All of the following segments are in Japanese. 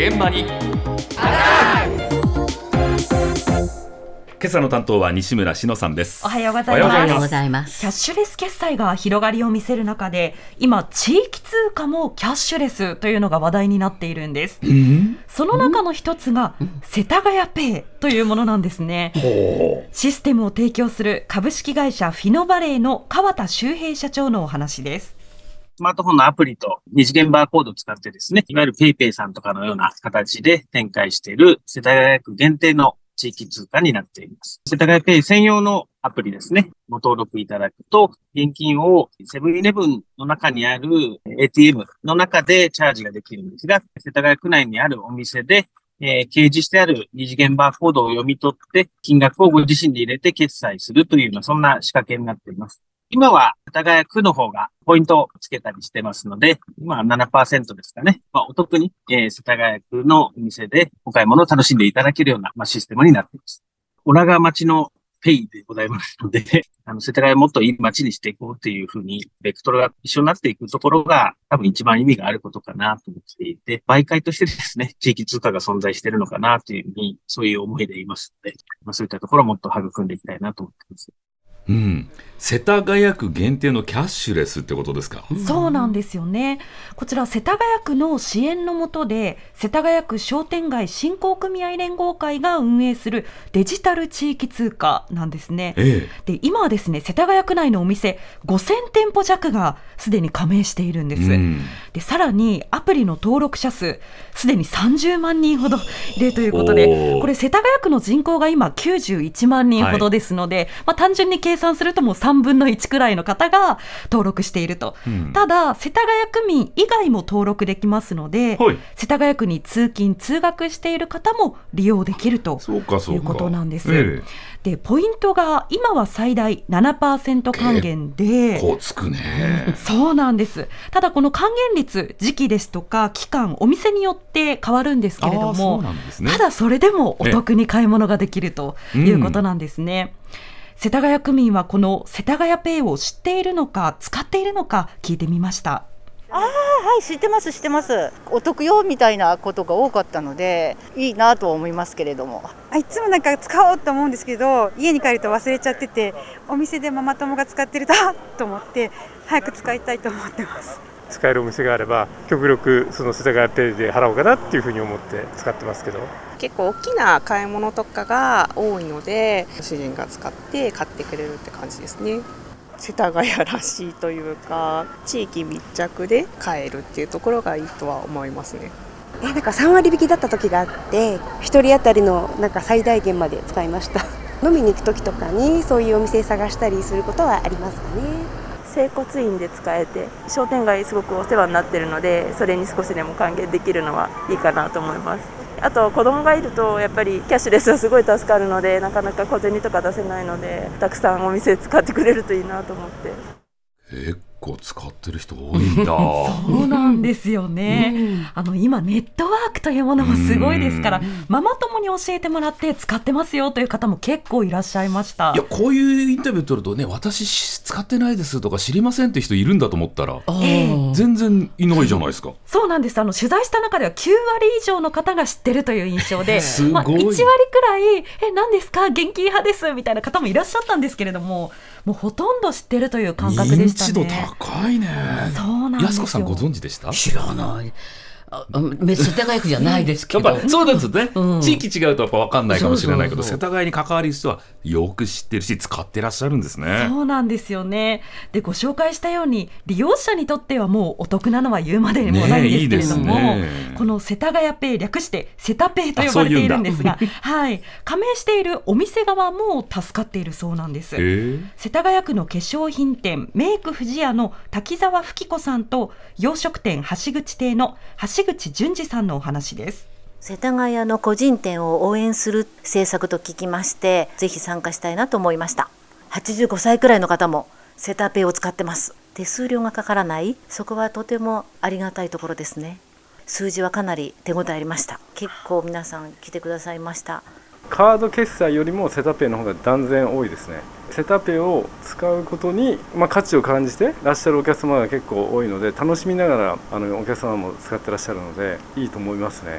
現場に今朝の担当は西村篠さんです。 おはようございます。キャッシュレス決済が広がりを見せる中で、今地域通貨もキャッシュレスというのが話題になっているんです。その中の一つが世田谷ペイというものなんですね。システムを提供する株式会社フィノバレーの川田修平社長のお話です。 スマートフォンのアプリと二次元バーコードを使ってですね、いわゆるペイペイさんとかのような形で展開している世田谷区限定の地域通貨になっています。世田谷ペイ専用のアプリですね。ご登録いただくと、現金をセブンイレブンの中にある ATM の中でチャージができるんですが、世田谷区内にあるお店で、掲示してある二次元バーコードを読み取って、金額をご自身で入れて決済するというような、そんな仕掛けになっています。今は世田谷区の方がポイントをつけたりしてますので、今は 7% ですかね。お得に、世田谷区のお店でお買い物を楽しんでいただけるような、システムになっています。女川町のペイでございますので、世田谷をもっといい街にしていこうというふうに、ベクトルが一緒になっていくところが多分一番意味があることかなと思っていて、媒介としてですね、地域通貨が存在しているのかなというふうに、そういう思いでいますので、そういったところをもっと育んでいきたいなと思っています。 世田谷区限定のキャッシュレスってことですか？ そうなんですよね。こちら世田谷区の支援の下で、世田谷区商店街振興組合連合会が運営するデジタル地域通貨なんですね。で、今はですね、世田谷区内のお店5000店舗弱がすでに加盟しているんです。で、さらにアプリの登録者数すでに30万人ほどいるということで、これ世田谷区の人口が今91万人ほどですので、単純に計算するともう3分の1くらいの方が登録していると。ただ世田谷区民以外も登録できますので、世田谷区に通勤通学している方も利用できるということなんです。で、ポイントが今は最大 7% 還元で、 結構つくね。 そうなんです。ただこの還元率、時期ですとか期間、お店によって変わるんですけれども、ただそれでもお得に買い物ができるということなんですね。世田谷区民はこの世田谷ペイを知っているのか使っているのか聞いてみました。 はい、知ってます。お得よみたいなことが多かったのでいいなと思いますけれども、いつもなんか使おうと思うんですけど、家に帰ると忘れちゃってて、お店でママ友が使ってると思って早く使いたいと思ってます。 使えるお店があれば極力その世田谷ペイで払おうかなっていうふうに思って使ってますけど、 結構大きな買い物とかが多いので主人が使って買ってくれるって感じですね。世田谷らしいというか、地域密着で買えるっていうところがいいとは思いますね。 なんか3割引きだった時があって、1人当たりのなんか最大限まで使いました飲みに行く時とかにそういうお店探したりすることはありますかね。 整骨院で使えて、商店街すごくお世話になっているので、それに少しでも還元できるのはいいかなと思います。あと子供がいるとやっぱりキャッシュレスはすごい助かるので、なかなか小銭とか出せないので、たくさんお店使ってくれるといいなと思って。 結構使ってる人多いんだそうなんですよね。今ネットワークというものもすごいですから、ママ友に教えてもらって使ってますよという方も結構いらっしゃいました。 いや、こういうインタビュー取るとね、私使ってないですとか知りませんって人いるんだと思ったら、全然いないじゃないですか。 そうなんです。取材した中では9割以上の方が知ってるという印象で、 すごい。 1割くらい何ですか現金派ですみたいな方もいらっしゃったんですけれども、もうほとんど知ってるという感覚でしたね。 認知度高いね。 そうなんですよ。 安子さんご存知でした？ 知らない。世田谷区じゃないですけど、 やっぱそうですね、地域違うとやっぱ分かんないかもしれないけど、世田谷に関わる人はよく知ってるし使ってらっしゃるんですね。 そうなんですよね。で、ご紹介したように利用者にとってはもうお得なのは言うまでもないんですけれども、この世田谷ペイ、略してセタペイと呼ばれているんですが、加盟しているお店側も助かっているそうなんです。世田谷区の化粧品店メイク富士屋の滝沢吹子さんと、洋食店橋口亭の橋口淳二さんのお話です。 世田谷の個人店を応援する政策と聞きまして、ぜひ参加したいなと思いました。85歳くらいの方もセタペイを使ってます。手数料がかからない、そこはとてもありがたいところですね。数字はかなり手応えありました。結構皆さん来てくださいました。 カード決済よりもセタペイの方が断然多いですね。セタペイを使うことに、価値を感じてらっしゃるお客様が結構多いので、楽しみながらお客様も使ってらっしゃるのでいいと思いますね。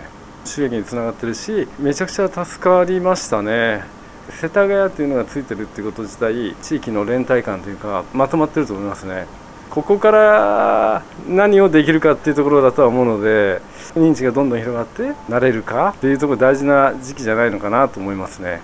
収益につながってるし、めちゃくちゃ助かりましたね。世田谷っていうのがついてるっていうこと自体、地域の連帯感というかまとまってると思いますね。ここから何をできるかっていうところだとは思うので、認知がどんどん広がってなれるかっていうところ大事な時期じゃないのかなと思いますね。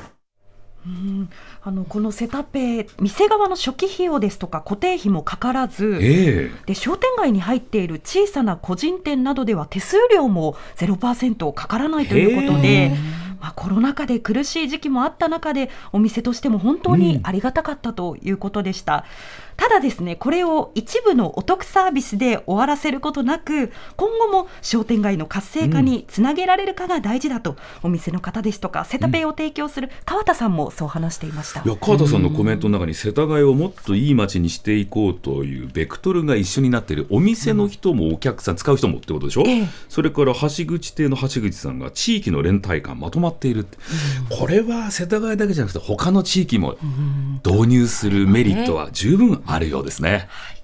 このセタペイ、店側の初期費用ですとか固定費もかからず、で商店街に入っている小さな個人店などでは手数料も 0% かからないということで、コロナ禍で苦しい時期もあった中でお店としても本当にありがたかったということでした。ただですね、これを一部のお得サービスで終わらせることなく、今後も商店街の活性化につなげられるかが大事だと、お店の方ですとかセタペイを提供する川田さんもそう話していました。 いや、川田さんのコメントの中に世田谷をもっといい街にしていこうというベクトルが一緒になっている。お店の人もお客さん、使う人もってことでしょ、それから橋口亭の橋口さんが地域の連帯感まとまっているって、これは世田谷だけじゃなくて他の地域も導入するメリットは十分あるようですね。